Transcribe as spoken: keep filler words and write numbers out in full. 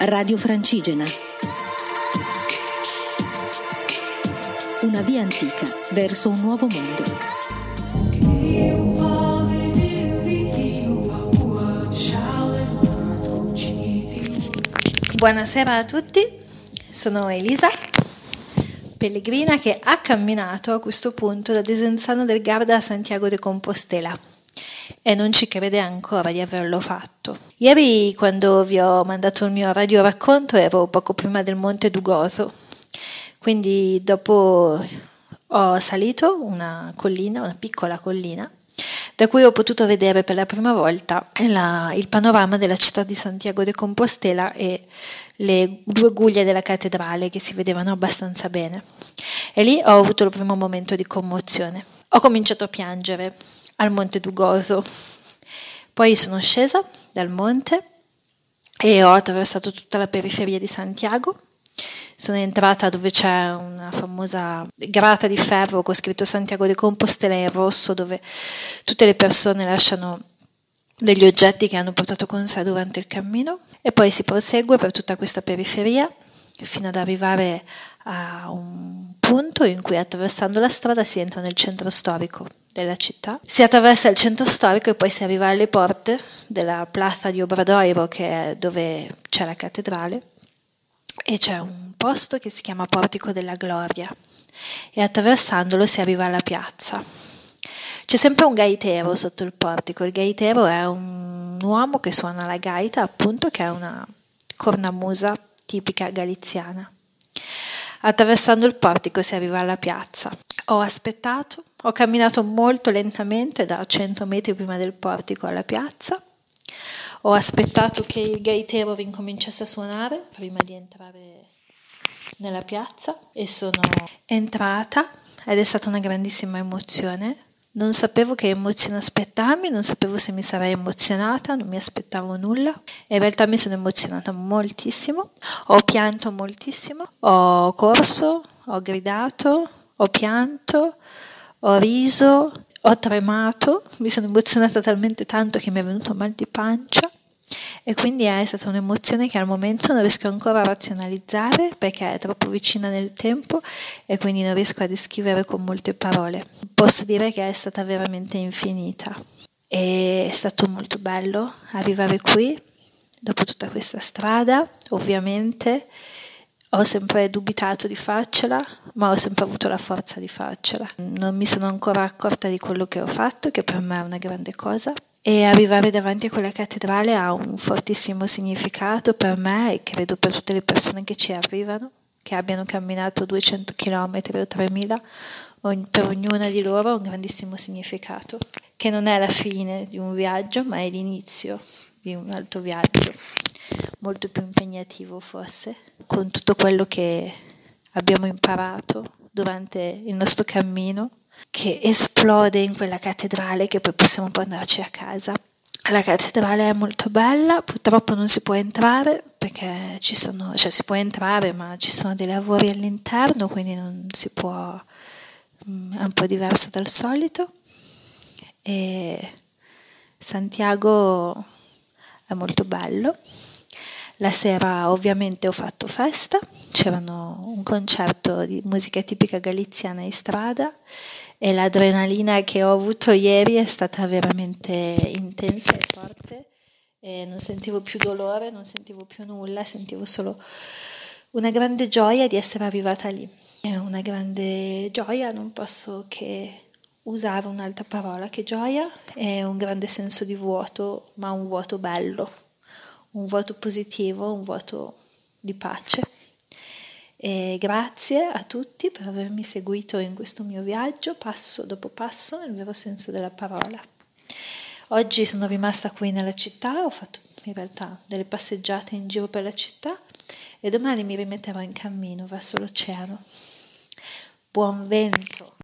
Radio Francigena. Una via antica verso un nuovo mondo. Buonasera a tutti, sono Elisa, pellegrina che ha camminato a questo punto da Desenzano del Garda a Santiago de Compostela e non ci crede ancora di averlo fatto. Ieri, quando vi ho mandato il mio radio racconto, ero poco prima del Monte Dugoso, quindi dopo ho salito una collina, una piccola collina, da cui ho potuto vedere per la prima volta la, il panorama della città di Santiago de Compostela e le due guglie della cattedrale che si vedevano abbastanza bene. E lì ho avuto il primo momento di commozione. Ho cominciato a piangere al Monte Dugoso, poi sono scesa dal monte e ho attraversato tutta la periferia di Santiago. Sono entrata dove c'è una famosa grata di ferro con scritto Santiago de Compostela in rosso, dove tutte le persone lasciano degli oggetti che hanno portato con sé durante il cammino, e poi si prosegue per tutta questa periferia fino ad arrivare a un punto in cui, attraversando la strada, si entra nel centro storico della città. Si attraversa il centro storico e poi si arriva alle porte della Plaza di Obradoiro, che è dove c'è la cattedrale, e c'è un posto che si chiama Portico della Gloria, e attraversandolo si arriva alla piazza. C'è sempre un gaitero sotto il portico. Il gaitero è un uomo che suona la gaita, appunto, che è una cornamusa tipica galiziana. Attraversando il portico si arriva alla piazza. Ho aspettato, ho camminato molto lentamente da cento metri prima del portico alla piazza. Ho aspettato che il gaitero incominciasse a suonare prima di entrare nella piazza e sono entrata ed è stata una grandissima emozione. Non sapevo che emozione aspettarmi, non sapevo se mi sarei emozionata, non mi aspettavo nulla. In realtà mi sono emozionata moltissimo, ho pianto moltissimo, ho corso, ho gridato, ho pianto, ho riso, ho tremato, mi sono emozionata talmente tanto che mi è venuto mal di pancia. E quindi è stata un'emozione che al momento non riesco ancora a razionalizzare, perché è troppo vicina nel tempo e quindi non riesco a descrivere con molte parole. Posso dire che è stata veramente infinita. E è stato molto bello arrivare qui, dopo tutta questa strada. Ovviamente ho sempre dubitato di farcela, ma ho sempre avuto la forza di farcela. Non mi sono ancora accorta di quello che ho fatto, che per me è una grande cosa. E arrivare davanti a quella cattedrale ha un fortissimo significato per me e credo per tutte le persone che ci arrivano, che abbiano camminato duecento chilometri o tremila, per ognuna di loro ha un grandissimo significato, che non è la fine di un viaggio, ma è l'inizio di un altro viaggio, molto più impegnativo forse, con tutto quello che abbiamo imparato durante il nostro cammino, che esplode in quella cattedrale, che poi possiamo portarci a casa. La cattedrale è molto bella, purtroppo non si può entrare perché ci sono, cioè si può entrare ma ci sono dei lavori all'interno, quindi non si può, è un po' diverso dal solito. E Santiago è molto bello. La sera ovviamente ho fatto festa, c'erano un concerto di musica tipica galiziana in strada e l'adrenalina che ho avuto ieri è stata veramente intensa e forte, e non sentivo più dolore, non sentivo più nulla, sentivo solo una grande gioia di essere arrivata lì. È una grande gioia, non posso che usare un'altra parola che gioia, è un grande senso di vuoto, ma un vuoto bello, un vuoto positivo, un vuoto di pace. E grazie a tutti per avermi seguito in questo mio viaggio, passo dopo passo, nel vero senso della parola. Oggi sono rimasta qui nella città, ho fatto in realtà delle passeggiate in giro per la città e domani mi rimetterò in cammino verso l'oceano. Buon vento!